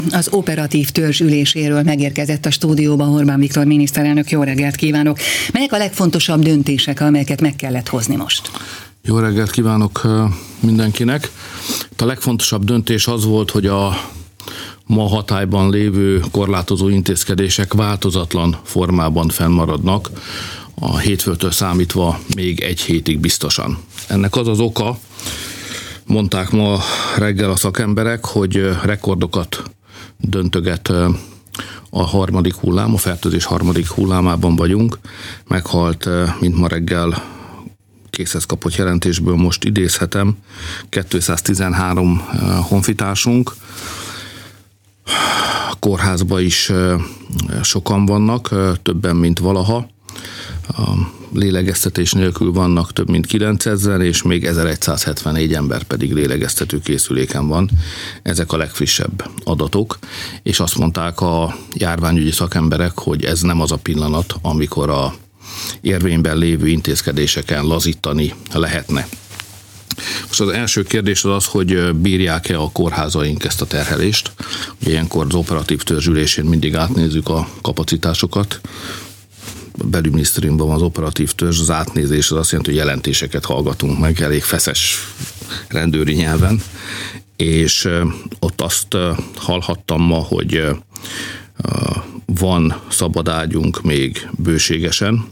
Az operatív törzs üléséről megérkezett a stúdióba Orbán Viktor miniszterelnök. Jó reggelt kívánok! Melyek a legfontosabb döntések, amelyeket meg kellett hozni most? Jó reggelt kívánok mindenkinek! A legfontosabb döntés az volt, hogy a ma hatályban lévő korlátozó intézkedések változatlan formában fennmaradnak, a hétfőtől számítva még egy hétig biztosan. Ennek az az oka, mondták ma reggel a szakemberek, hogy rekordokat döntöget a harmadik hullám, a fertőzés harmadik hullámában vagyunk. Meghalt, mint ma reggel készhez kapott jelentésből most idézhetem, 213 honfitársunk. A kórházban is sokan vannak, többen, mint valaha. A lélegeztetés nélkül vannak több mint 9000, és még 1174 ember pedig lélegeztető készüléken van. Ezek a legfrissebb adatok, és azt mondták a járványügyi szakemberek, hogy ez nem az a pillanat, amikor a érvényben lévő intézkedéseken lazítani lehetne. Most az első kérdés az, hogy bírják-e a kórházaink ezt a terhelést. Ugye ilyenkor az operatív törzs ülésén mindig átnézzük a kapacitásokat. A belügyminisztériumban van az operatív törzs, az átnézés az azt jelenti, hogy jelentéseket hallgatunk meg elég feszes rendőri nyelven, és ott azt hallhattam ma, hogy van szabad ágyunk még bőségesen,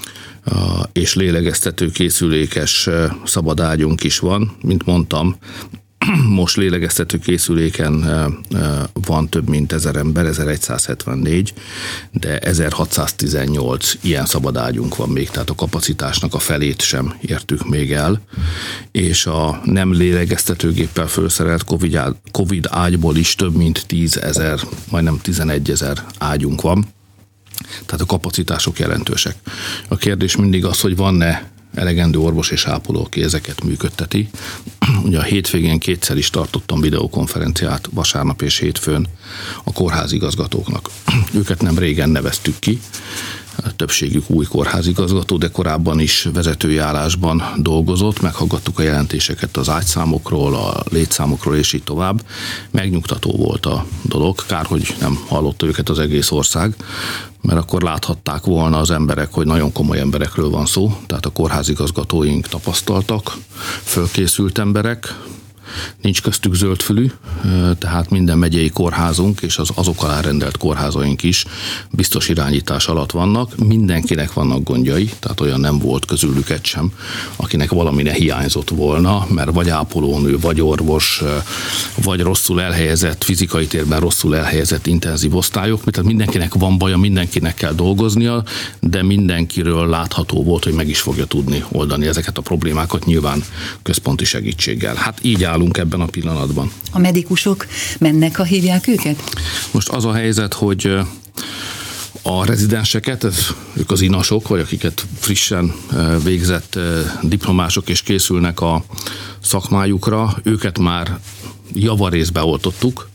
és lélegeztető készülékes szabad ágyunk is van. Mint mondtam, most lélegeztető készüléken van több mint 1000 ember, 1174, de 1618 ilyen szabad ágyunk van még, tehát a kapacitásnak a felét sem értük még el, és a nem lélegeztetőgéppel felszerelt Covid ágyból is több mint 10 000, majdnem 11 000 ágyunk van, tehát a kapacitások jelentősek. A kérdés mindig az, hogy van-e elegendő orvos és ápoló, aki ezeket működteti. Ugye a hétvégén kétszer is tartottam videokonferenciát, vasárnap és hétfőn a kórházigazgatóknak. Őket nem régen neveztük ki, többségük új kórházigazgató, de korábban is vezetői állásban dolgozott, meghallgattuk a jelentéseket az ágyszámokról, a létszámokról és így tovább. Megnyugtató volt a dolog, kár, hogy nem hallotta őket az egész ország, mert akkor láthatták volna az emberek, hogy nagyon komoly emberekről van szó, tehát a kórházigazgatóink tapasztaltak, fölkészült emberek, nincs köztük zöldfülű, tehát minden megyei kórházunk és az azok alá rendelt kórházaink is biztos irányítás alatt vannak. Mindenkinek vannak gondjai, tehát olyan nem volt közülük egy sem, akinek valami ne hiányzott volna, mert vagy ápolónő, vagy orvos, vagy rosszul elhelyezett, fizikai térben rosszul elhelyezett intenzív osztályok, tehát mindenkinek van baja, mindenkinek kell dolgoznia, de mindenkiről látható volt, hogy meg is fogja tudni oldani ezeket a problémákat, nyilván központi segítséggel. Hát így állunk ebben a pillanatban. A medikusok mennek, ha hívják őket? Most az a helyzet, hogy a rezidenseket, ők az inasok, vagy akiket frissen végzett diplomások és készülnek a szakmájukra, őket már javarész beoltottuk,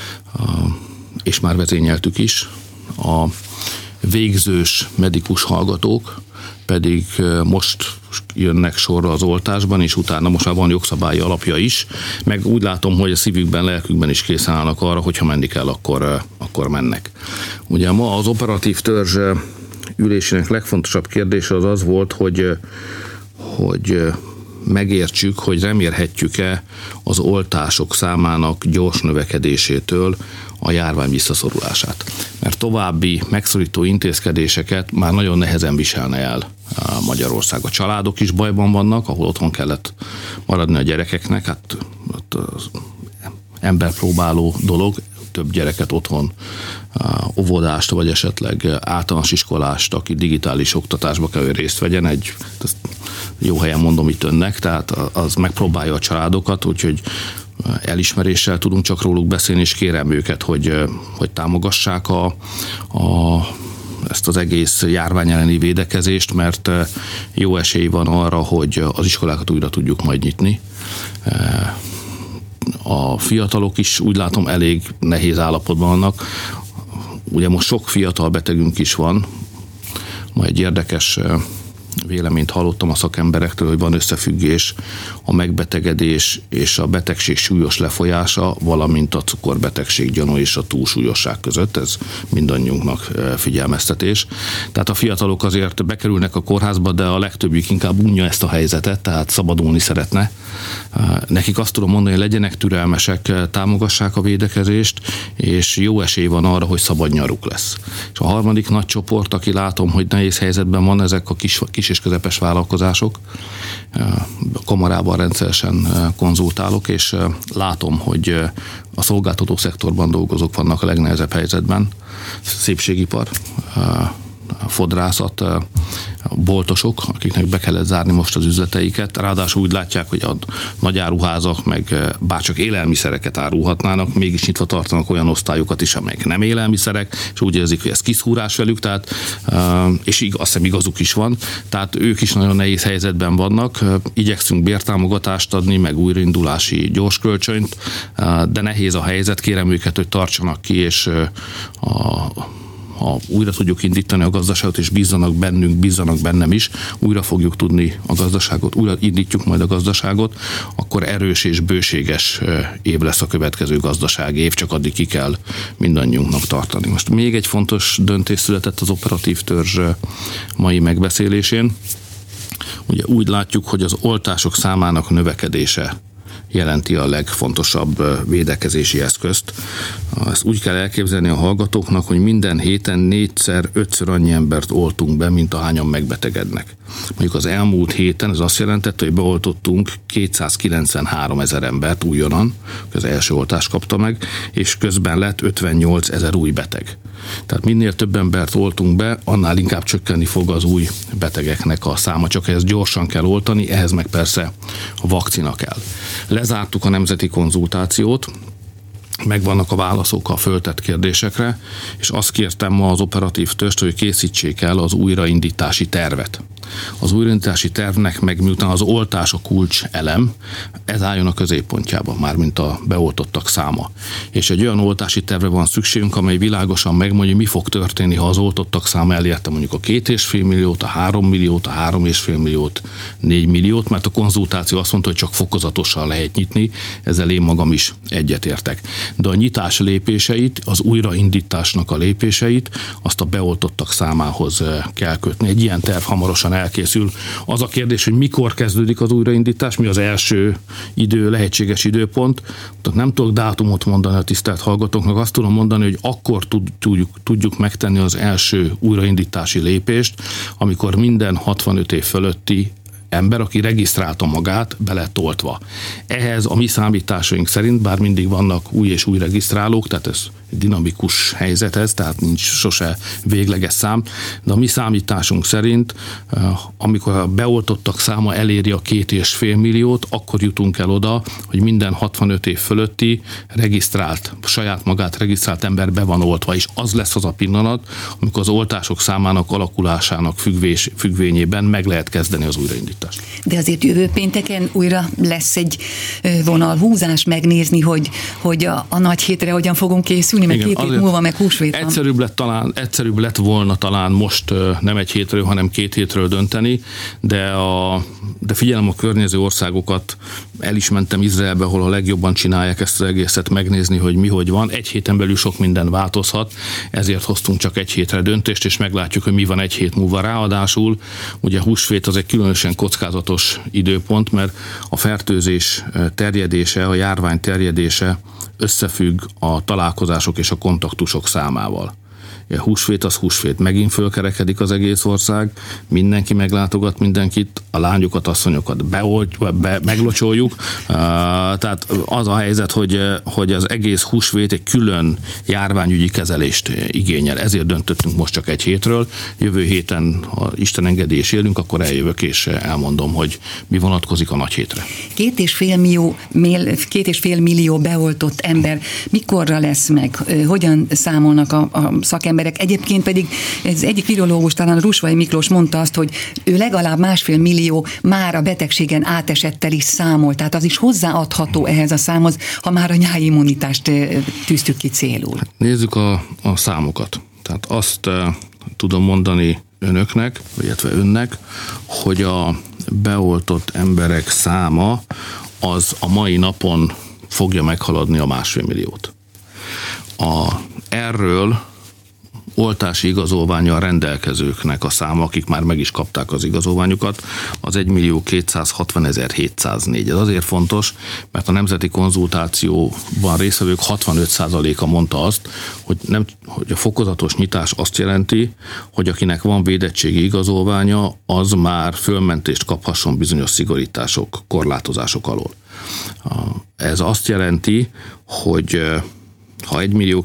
és már vezényeltük is. A végzős medikus hallgatók pedig most jönnek sorra az oltásban, és utána most már van jogszabályi alapja is, meg úgy látom, hogy a szívükben, lelkükben is készen állnak arra, hogyha menni kell, akkor mennek. Ugye ma az operatív törzs ülésének legfontosabb kérdése az volt, hogy megértsük, hogy remélhetjük-e az oltások számának gyors növekedésétől a járvány visszaszorulását. Mert további megszorító intézkedéseket már nagyon nehezen viselne el Magyarország. A családok is bajban vannak, ahol otthon kellett maradni a gyerekeknek, hát az emberpróbáló dolog, több gyereket otthon, óvodást, vagy esetleg általános iskolást, aki digitális oktatásba kell, hogy részt vegyen, jó helyen mondom itt önnek, tehát az megpróbálja a családokat, úgyhogy elismeréssel tudunk csak róluk beszélni, és kérem őket, hogy támogassák ezt az egész járvány elleni védekezést, mert jó esély van arra, hogy az iskolákat újra tudjuk majd nyitni. A fiatalok is úgy látom elég nehéz állapotban vannak. Ugye most sok fiatal betegünk is van. Ma egy érdekes véleményt hallottam a szakemberektől, hogy van összefüggés a megbetegedés és a betegség súlyos lefolyása, valamint a cukorbetegség gyanú és a túlsúlyosság között. Ez mindannyiunknak figyelmeztetés. Tehát a fiatalok azért bekerülnek a kórházba, de a legtöbbjük inkább unja ezt a helyzetet, tehát szabadulni szeretne. Nekik azt tudom mondani, hogy legyenek türelmesek, támogassák a védekezést, és jó esély van arra, hogy szabad nyaruk lesz. És a harmadik nagy csoport, aki látom, hogy nehéz helyzetben van, ezek a kis és közepes vállalkozások. A kamarában rendszeresen konzultálok, és látom, hogy a szolgáltató szektorban dolgozók vannak a legnehezebb helyzetben. Szépségipar, fodrászat, boltosok, akiknek be kellett zárni most az üzleteiket. Ráadásul úgy látják, hogy a nagy áruházak meg bárcsak élelmiszereket árulhatnának, mégis nyitva tartanak olyan osztályokat is, amelyek nem élelmiszerek, és úgy érzik, hogy ez kiszúrás velük, tehát, és azt hiszem igazuk is van, tehát ők is nagyon nehéz helyzetben vannak. Igyekszünk bértámogatást adni, meg újraindulási gyorskölcsönt, de nehéz a helyzet, kérem őket, hogy tartsanak ki, és ha újra tudjuk indítani a gazdaságot, és bízzanak bennünk, bízzanak bennem is, újra fogjuk tudni a gazdaságot, újra indítjuk majd a gazdaságot, akkor erős és bőséges év lesz a következő gazdasági év, csak addig ki kell mindannyiunknak tartani. Most még egy fontos döntés született az operatív törzs mai megbeszélésén. Ugye úgy látjuk, hogy az oltások számának növekedése jelenti a legfontosabb védekezési eszközt. Ezt úgy kell elképzelni a hallgatóknak, hogy minden héten 4-5-ször annyi embert oltunk be, mint ahányan megbetegednek. Mondjuk az elmúlt héten ez azt jelentette, hogy beoltottunk 293 000 embert újonnan, az első oltást kapta meg, és közben lett 58 000 új beteg. Tehát minél több embert oltunk be, annál inkább csökkenni fog az új betegeknek a száma, csak ezt gyorsan kell oltani, ehhez meg persze a vakcina kell. Lezártuk a nemzeti konzultációt, megvannak a válaszok a föltett kérdésekre, és azt kértem ma az operatív törzst, hogy készítsék el az újraindítási tervet. Az újraindítási tervnek meg miután az oltás a kulcs elem, ez álljon a középpontjába, mármint a beoltottak száma. És egy olyan oltási tervre van szükségünk, amely világosan megmondja, mi fog történni, ha az oltottak száma elérte mondjuk a 2,5 milliót, a 3 milliót, a 3,5 milliót, 4 milliót, mert a konzultáció azt mondta, hogy csak fokozatosan lehet nyitni, ezzel én magam is egyetértek. De a nyitás lépéseit, az újraindításnak a lépéseit, azt a beoltottak számához kell kötni. Egy ilyen terv hamarosan elkészül. Az a kérdés, hogy mikor kezdődik az újraindítás, mi az első lehetséges időpont. Tehát nem tudok dátumot mondani a tisztelt hallgatóknak, azt tudom mondani, hogy akkor tudjuk megtenni az első újraindítási lépést, amikor minden 65 év fölötti ember, aki regisztrálta magát, be lett oltva. Ehhez a mi számításaink szerint, bár mindig vannak új és új regisztrálók, tehát ez dinamikus helyzet ez, tehát nincs sose végleges szám, de a mi számításunk szerint, amikor a beoltottak száma eléri a 2,5 milliót, akkor jutunk el oda, hogy minden 65 év fölötti regisztrált, saját magát regisztrált ember be van oltva, és az lesz az a pillanat, amikor az oltások számának alakulásának függvényében meg lehet kezdeni az újraindítást. De azért jövő pénteken újra lesz egy vonalhúzás, megnézni, hogy a nagy hétre hogyan fogunk készülni, mert igen, 2 hét múlva meg húsvét van. Egyszerűbb lett volna talán most nem egy hétről, hanem 2 hétről dönteni, de figyelem a környező országokat, el is mentem Izraelbe, ahol a legjobban csinálják ezt az egészet, megnézni, hogy mi hogy van. Egy héten belül sok minden változhat, ezért hoztunk csak 1 hétre döntést, és meglátjuk, hogy mi van 1 hét múlva. Ráadásul ugye húsvét az egy különösen kockázatos időpont, mert a fertőzés terjedése, a járvány terjedése összefügg a találkozások és a kontaktusok számával. A húsvét az húsvét, megint fölkerekedik az egész ország, mindenki meglátogat mindenkit, a lányokat, asszonyokat meglocsoljuk, tehát az a helyzet, hogy az egész húsvét egy külön járványügyi kezelést igényel, ezért döntöttünk most csak 1 hétről, jövő héten, ha Isten engedi és élünk, akkor eljövök és elmondom, hogy mi vonatkozik a nagy hétre. 2,5 millió beoltott ember mikorra lesz meg? Hogyan számolnak a szakemberek? Egyébként pedig ez egyik virológus, talán Rusvai Miklós mondta azt, hogy ő legalább 1,5 millió már a betegségen átesettel is számol, tehát az is hozzáadható ehhez a számhoz, ha már a nyáimmunitást tűztük ki célul. Nézzük a számokat. Tehát azt tudom mondani önöknek, illetve önnek, hogy a beoltott emberek száma az a mai napon fogja meghaladni a 1,5 milliót. Erről oltási igazolvánnyal rendelkezőknek a száma, akik már meg is kapták az igazolványukat, az 1.260.704. Ez azért fontos, mert a nemzeti konzultációban résztvevők 65%-a mondta azt, hogy a fokozatos nyitás azt jelenti, hogy akinek van védettségi igazolványa, az már fölmentést kaphasson bizonyos szigorítások, korlátozások alól. Ez azt jelenti, hogy ha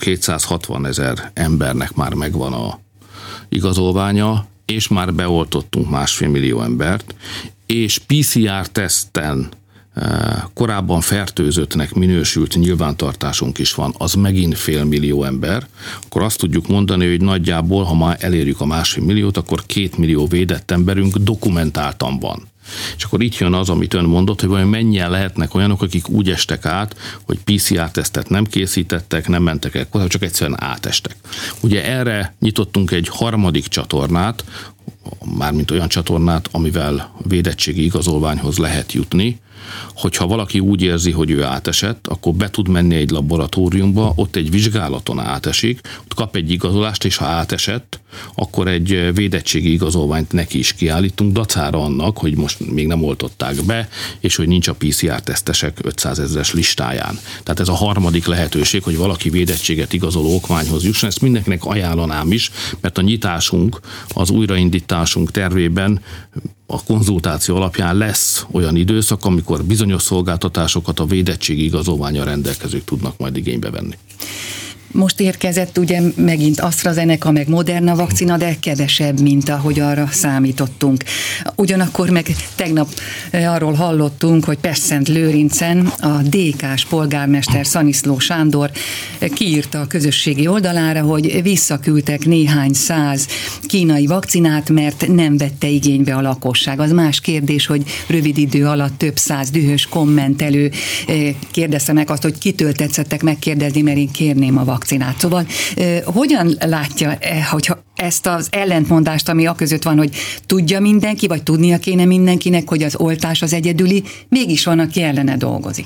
1.260.000 embernek már megvan a igazolványa, és már beoltottunk 1,5 millió embert, és PCR-teszten korábban fertőzöttnek minősült nyilvántartásunk is van, az megint 500 000 ember, akkor azt tudjuk mondani, hogy nagyjából, ha már elérjük a 1,5 milliót, akkor 2 millió védett emberünk dokumentáltan van. És akkor itt jön az, amit ön mondott, hogy vajon mennyien lehetnek olyanok, akik úgy estek át, hogy PCR-tesztet nem készítettek, nem mentek el, csak egyszerűen átestek. Ugye erre nyitottunk egy harmadik csatornát, mármint olyan csatornát, amivel védettségi igazolványhoz lehet jutni, hogyha valaki úgy érzi, hogy ő átesett, akkor be tud menni egy laboratóriumba, ott egy vizsgálaton átesik, ott kap egy igazolást, és ha átesett, akkor egy védettségi igazolványt neki is kiállítunk, dacára annak, hogy most még nem oltották be, és hogy nincs a PCR-tesztesek 500 000-es listáján. Tehát ez a harmadik lehetőség, hogy valaki védettséget igazoló okmányhoz jusson. Ezt mindenkinek ajánlanám is, mert a nyitásunk, az újraindításunk tervében a konzultáció alapján lesz olyan időszak, amikor bizonyos szolgáltatásokat a védettségi igazolvánnyal rendelkezők tudnak majd igénybe venni. Most érkezett ugye megint AstraZeneca, meg Moderna vakcina, de kevesebb, mint ahogy arra számítottunk. Ugyanakkor meg tegnap arról hallottunk, hogy Pestszentlőrincen a DK-s polgármester Szaniszló Sándor kiírta a közösségi oldalára, hogy visszaküldtek néhány száz kínai vakcinát, mert nem vette igénybe a lakosság. Az más kérdés, hogy rövid idő alatt több száz dühös kommentelő kérdezte meg azt, hogy kitől tetszettek megkérdezni, mert én kérném a vakcinát. Szóval hogyan látja, hogyha ezt az ellentmondást, ami aközött van, hogy tudja mindenki, vagy tudnia kéne mindenkinek, hogy az oltás az egyedüli, mégis van, aki ellene dolgozik?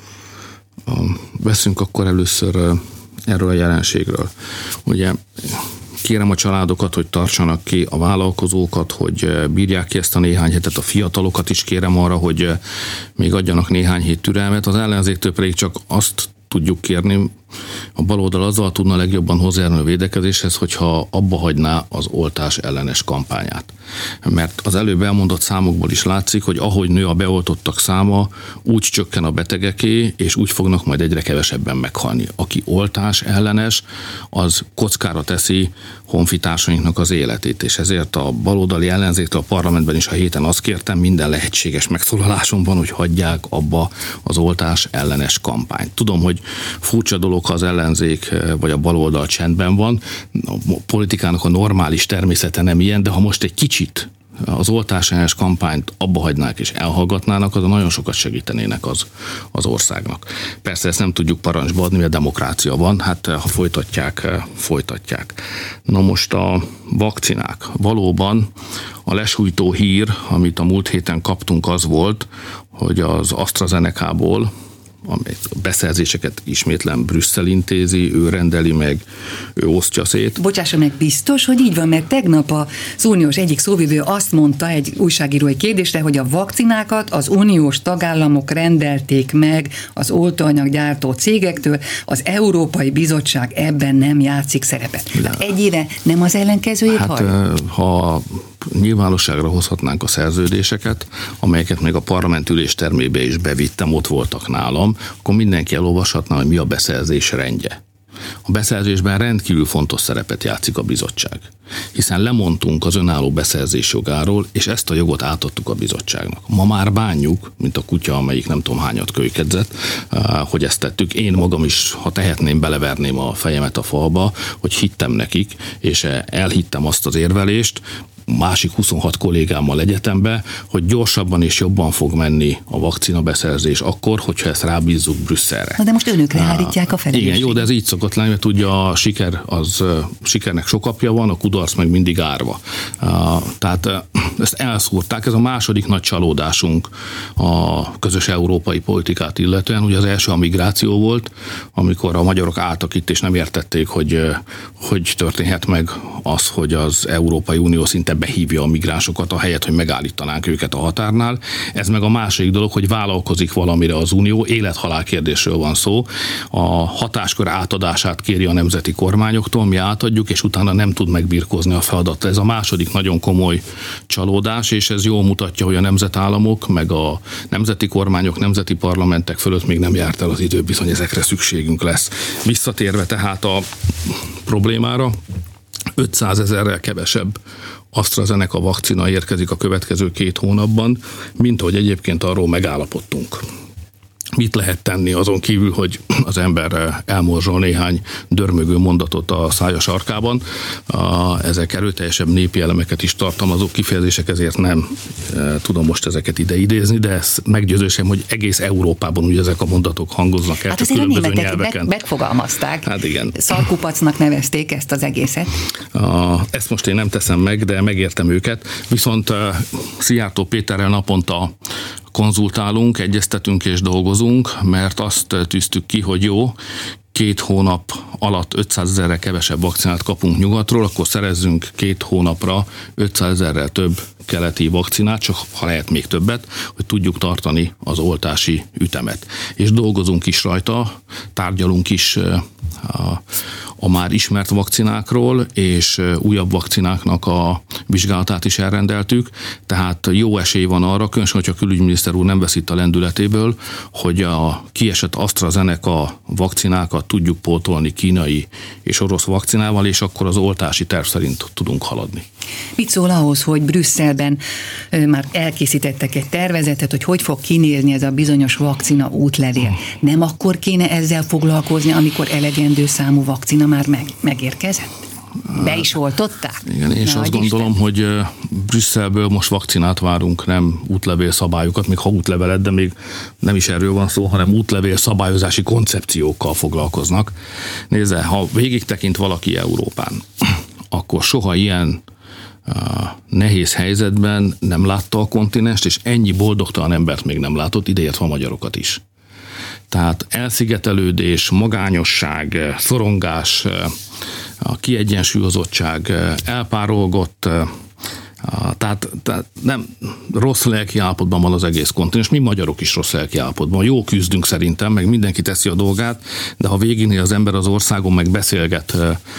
Beszünk akkor először erről a jelenségről. Ugye kérem a családokat, hogy tartsanak ki, a vállalkozókat, hogy bírják ki ezt a néhány hetet, a fiatalokat is kérem arra, hogy még adjanak néhány hét türelmet, az ellenzéktől pedig csak azt tudjuk kérni, a baloldal azzal tudna legjobban hozzájárulni a védekezéshez, hogyha abba hagyná az oltás ellenes kampányát. Mert az előbb elmondott számokból is látszik, hogy ahogy nő a beoltottak száma, úgy csökken a betegeké, és úgy fognak majd egyre kevesebben meghalni. Aki oltás ellenes, az kockára teszi honfitársainknak az életét, és ezért a baloldali ellenzéktől a parlamentben is a héten azt kértem minden lehetséges megszólalásomban, hogy hagyják abba az oltás ellenes kampányt. Tudom, hogy furcsa dolog, ha az ellenzék vagy a baloldal csendben van. A politikának a normális természete nem ilyen, de ha most egy kicsit az oltás ellenes kampányt abba hagynák és elhallgatnának, azon nagyon sokat segítenének az országnak. Persze ezt nem tudjuk parancsba adni, mert demokrácia van, hát ha folytatják. Na most a vakcinák. Valóban a lesújtó hír, amit a múlt héten kaptunk, az volt, hogy az AstraZeneca-ból, amely beszerzéseket ismétlen Brüsszel intézi, ő rendeli meg, ő osztja szét. Bocsássa meg, biztos, hogy így van, mert tegnap az uniós egyik szóvivő azt mondta egy újságírói kérdésre, hogy a vakcinákat az uniós tagállamok rendelték meg az oltóanyaggyártó cégektől, az Európai Bizottság ebben nem játszik szerepet. Hát egyére nem az ellenkezőjét hallja? Ha nyilvánosságra hozhatnánk a szerződéseket, amelyeket még a parlament üléstermébe is bevittem, ott voltak nálam, akkor mindenki elolvashatná, hogy mi a beszerzés rendje. A beszerzésben rendkívül fontos szerepet játszik a bizottság, hiszen lemondtunk az önálló beszerzés jogáról, és ezt a jogot átadtuk a bizottságnak. Ma már bánjuk, mint a kutya, amelyik nem tudom hányat kölykedzett, hogy ezt tettük. Én magam is, ha tehetném, beleverném a fejemet a falba, hogy hittem nekik, és elhittem azt az érvelést, másik 26 kollégámmal egyetembe, hogy gyorsabban és jobban fog menni a vakcina beszerzés akkor, hogyha ezt rábízzuk Brüsszelre. Na de most önökre hárítják a felelősséget. Igen, jó, de ez így szokott lenni, mert ugye a sikernek sok apja van, a kudarc meg mindig árva. Tehát ezt elszúrták, ez a második nagy csalódásunk a közös európai politikát illetően. Ugye az első a migráció volt, amikor a magyarok álltak itt és nem értették, hogy történhet meg az, hogy az Európai Unió szinte behívja a migránsokat, ahelyett, hogy megállítanánk őket a határnál. Ez meg a második dolog, hogy vállalkozik valamire az Unió, élet-halál kérdésről van szó. A hatáskör átadását kéri a nemzeti kormányoktól, mi átadjuk, és utána nem tud megbirkózni a feladattal. Ez a második nagyon komoly csalódás, és ez jól mutatja, hogy a nemzetállamok, meg a nemzeti kormányok, nemzeti parlamentek fölött még nem járt el az idő, bizony ezekre szükségünk lesz. Visszatérve tehát a problémára, 500 000-rel kevesebb AstraZeneca vakcina érkezik a következő 2 hónapban, mint ahogy egyébként arról megállapodtunk. Mit lehet tenni azon kívül, hogy az ember elmorzsol néhány dörmögő mondatot a szája sarkában. Ezek erőteljesebb népi elemeket is tartalmazó kifejezések, ezért nem tudom most ezeket ide idézni, de ez meggyőződésem, hogy egész Európában ugye ezek a mondatok hangoznak el, hát csak különböző nyelveken. Megfogalmazták. Hát igen. Szarkupacnak nevezték ezt az egészet. Ezt most én nem teszem meg, de megértem őket. Viszont Szijjártó Péterrel naponta konzultálunk, egyeztetünk és dolgozunk, mert azt tűztük ki, hogy jó, 2 hónap alatt 500 000-rel kevesebb vakcinát kapunk nyugatról, akkor szerezzünk 2 hónapra 500 000-rel több keleti vakcinát, csak ha lehet még többet, hogy tudjuk tartani az oltási ütemet. És dolgozunk is rajta, tárgyalunk is a már ismert vakcinákról, és újabb vakcináknak a vizsgálatát is elrendeltük, tehát jó esély van arra, különösen, hogyha a külügyminiszter úr nem vesz itt a lendületéből, hogy a kiesett AstraZeneca vakcinákat tudjuk pótolni kínai és orosz vakcinával, és akkor az oltási terv szerint tudunk haladni. Mit szól ahhoz, hogy Brüsszelben már elkészítettek egy tervezetet, hogy fog kinézni ez a bizonyos vakcina útlevél? Nem akkor kéne ezzel foglalkozni, amikor elegendő számú vakcina már megérkezett? Be is oltották? Igen, én is azt gondolom, hogy Brüsszelből most vakcinát várunk, nem útlevél szabályokat, még ha útlevelet, de még nem is erről van szó, hanem útlevél szabályozási koncepciókkal foglalkoznak. Nézze, ha végig tekint valaki Európán, akkor soha ilyen nehéz helyzetben nem látta a kontinenst, és ennyi boldogtalan embert még nem látott, ideértve a magyarokat is. Tehát elszigetelődés, magányosság, szorongás, a kiegyensúlyozottság, elpárolgott, tehát nem rossz lelki állapotban van az egész kontinens, mi magyarok is rossz lelki állapotban. Jó küzdünk szerintem, meg mindenki teszi a dolgát, de ha végignél az ember az országon, meg beszélget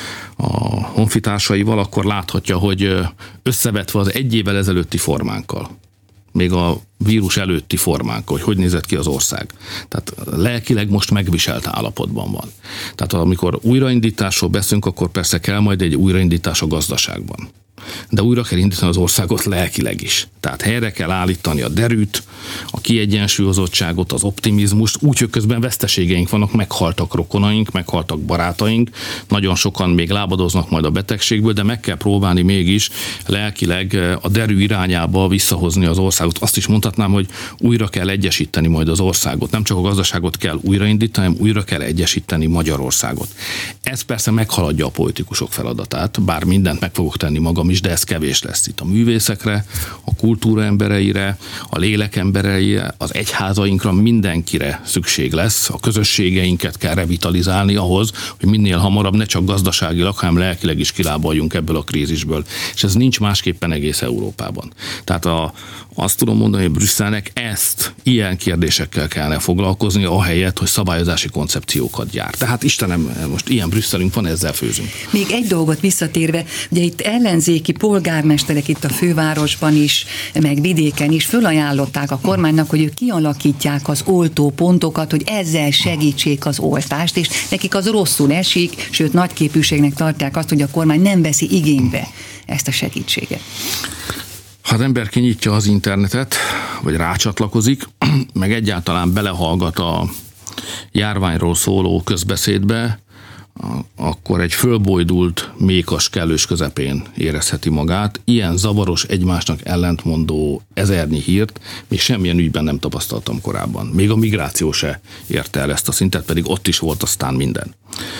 a honfitársaival, akkor láthatja, hogy összevetve az 1 évvel ezelőtti formánkkal, még a vírus előtti formánkkal, hogy nézett ki az ország. Tehát lelkileg most megviselt állapotban van. Tehát amikor újraindításról beszélünk, akkor persze kell majd egy újraindítás a gazdaságban. De újra kell indítani az országot lelkileg is. Tehát helyre kell állítani a derűt, a kiegyensúlyozottságot, az optimizmust, úgy, hogy közben veszteségeink vannak, meghaltak rokonaink, meghaltak barátaink, nagyon sokan még lábadoznak majd a betegségből, de meg kell próbálni mégis lelkileg a derű irányába visszahozni az országot. Azt is mondhatnám, hogy újra kell egyesíteni majd az országot. Nem csak a gazdaságot kell újraindítani, hanem újra kell egyesíteni Magyarországot. Ez persze meghaladja a politikusok feladatát, bár mindent meg fogok tenni magam is, de ez kevés lesz. Itt a művészekre, a kultúra embereire, a lélek embereire, az egyházainkra, mindenkire szükség lesz. A közösségeinket kell revitalizálni ahhoz, hogy minél hamarabb ne csak gazdaságilag, hanem lelkileg is kilábaljunk ebből a krízisből. És ez nincs másképpen egész Európában. Tehát azt tudom mondani, hogy Brüsszelnek ilyen kérdésekkel kellene foglalkozni, ahelyett, hogy szabályozási koncepciókat gyárt. Tehát Istenem, most ilyen Brüsszelünk van, ezzel főzünk. Még egy dolgot visszatérve, ugye itt ellenzéki polgármesterek itt a fővárosban is, meg vidéken is fölajánlották a kormánynak, hogy ők kialakítják az oltópontokat, hogy ezzel segítsék az oltást, és nekik az rosszul esik, sőt nagy képűségnek tartják azt, hogy a kormány nem veszi igénybe ezt a segítséget. Ha az ember kinyitja az internetet, vagy rácsatlakozik, meg egyáltalán belehallgat a járványról szóló közbeszédbe, akkor egy fölbojdult mékas kellős közepén érezheti magát. Ilyen zavaros, egymásnak ellentmondó ezernyi hírt még semmilyen ügyben nem tapasztaltam korábban. Még a migráció se érte el ezt a szintet, pedig ott is volt aztán minden.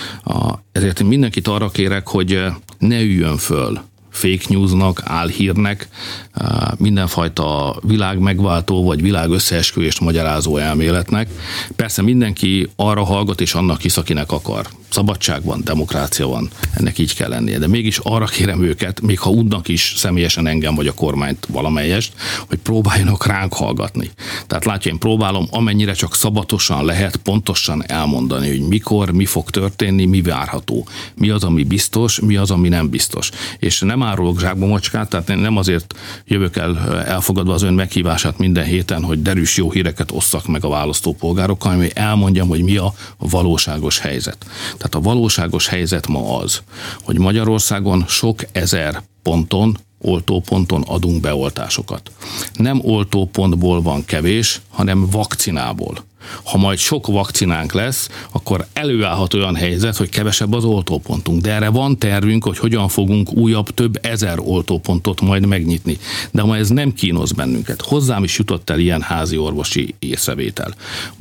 Ezért én mindenkit arra kérek, hogy ne üljön föl fake newsnak, álhírnek, mindenfajta világ megváltó vagy világ összeesküvést magyarázó elméletnek. Persze mindenki arra hallgat és annak hisz, akinek akar. Szabadság van, demokrácia van, ennek így kell lennie. De mégis arra kérem őket, még ha údnak is személyesen engem vagy a kormányt valamelyest, hogy próbáljanak ránk hallgatni. Tehát látja, én próbálom amennyire csak szabatosan lehet pontosan elmondani, hogy mikor, mi fog történni, mi várható. Mi az, ami biztos, mi az, ami nem biztos. És nem árulok zsákba macskát, tehát én nem azért jövök el elfogadva az ön meghívását minden héten, hogy derűs jó híreket osszak meg a választópolgárokkal, hanem elmondjam, hogy mi a valóságos helyzet. Tehát a valóságos helyzet ma az, hogy Magyarországon sok ezer ponton, oltóponton adunk beoltásokat. Nem oltópontból van kevés, hanem vakcinából. Ha majd sok vakcinánk lesz, akkor előállhat olyan helyzet, hogy kevesebb az oltópontunk. De erre van tervünk, hogy hogyan fogunk újabb több ezer oltópontot majd megnyitni. De ma ez nem kínoz bennünket. Hozzám is jutott el ilyen házi orvosi észrevétel.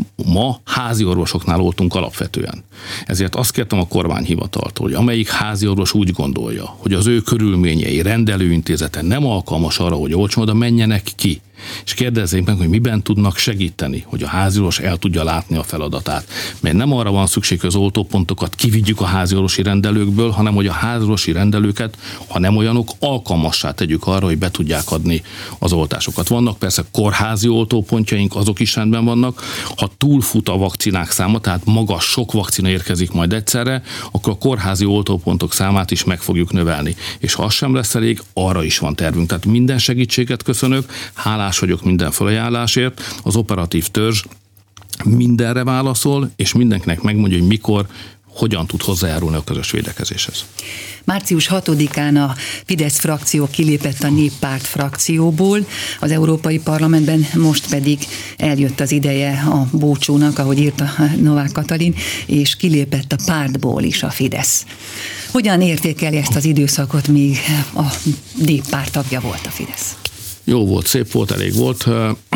Ma házi orvosoknál oltunk alapvetően. Ezért azt kértem a kormányhivataltól, hogy amelyik házi orvos úgy gondolja, hogy az ő körülményei, rendelőintézete nem alkalmas arra, hogy oltson, oda menjenek ki. És kérdezzék meg, hogy miben tudnak segíteni, hogy a háziorvos el tudja látni a feladatát. Mert nem arra van szükség, hogy az oltópontokat kivigyük a háziorvosi rendelőkből, hanem hogy a háziorvosi rendelőket, ha nem olyanok, alkalmassá tegyük arra, hogy be tudják adni az oltásokat. Vannak persze kórházi oltópontjaink, azok is rendben vannak. Ha túlfut a vakcinák száma, tehát magas, sok vakcina érkezik majd egyszerre, akkor a kórházi oltópontok számát is meg fogjuk növelni. És ha az sem lesz elég, arra is van tervünk. Tehát minden segítséget köszönök, hálás vagyok minden felajánlásért, az operatív törzs mindenre válaszol, és mindenkinek megmondja, hogy mikor, hogyan tud hozzájárulni a közös védekezéshez. Március 6-án a Fidesz frakció kilépett a Néppárt frakcióból, az Európai Parlamentben most pedig eljött az ideje a búcsúnak, ahogy írta Novák Katalin, és kilépett a pártból is a Fidesz. Hogyan értékeli ezt az időszakot, míg a Néppárt tagja volt a Fidesz? Jó volt, szép volt, elég volt.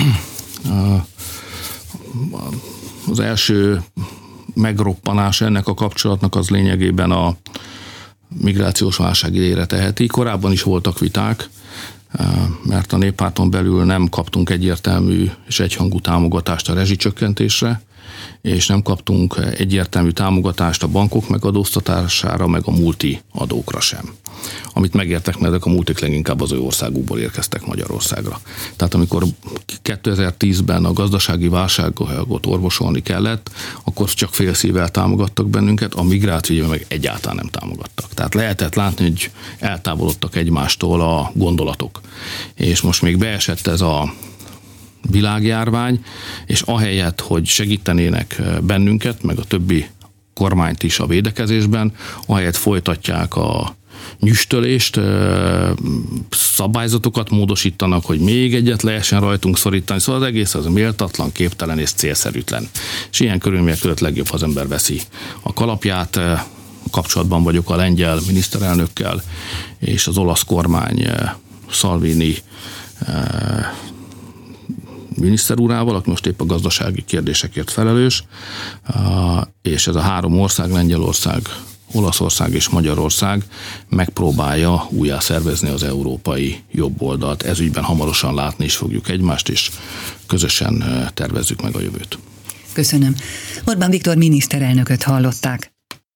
Az első megroppanás ennek a kapcsolatnak az lényegében a migrációs válság idejére teheti. Korábban is voltak viták, mert a Néppárton belül nem kaptunk egyértelmű és egyhangú támogatást a rezsicsökkentésre, és nem kaptunk egyértelmű támogatást a bankok megadóztatására, meg a multi adókra sem. Amit megértek, mert ezek a multik leginkább az ő országukból érkeztek Magyarországra. Tehát amikor 2010-ben a gazdasági válságot orvosolni kellett, akkor csak félszívvel támogattak bennünket, a migrációban meg egyáltalán nem támogattak. Tehát lehetett látni, hogy eltávolodtak egymástól a gondolatok. És most még beesett ez a világjárvány, és ahelyett, hogy segítenének bennünket, meg a többi kormányt is a védekezésben, ahelyett folytatják a nyüstölést, szabályzatokat módosítanak, hogy még egyet lehessen rajtunk szorítani, szóval az egész az méltatlan, képtelen és célszerűtlen. És ilyen körülmények között legjobb, ha az ember veszi a kalapját. Kapcsolatban vagyok a lengyel miniszterelnökkel, és az olasz kormány Salvini miniszter úrával, aki most épp a gazdasági kérdésekért felelős, és ez a három ország, Lengyelország, Olaszország és Magyarország megpróbálja újjá szervezni az európai jobboldalt. Ez ügyben hamarosan látni is fogjuk egymást, és közösen tervezzük meg a jövőt. Köszönöm. Orbán Viktor miniszterelnököt hallották.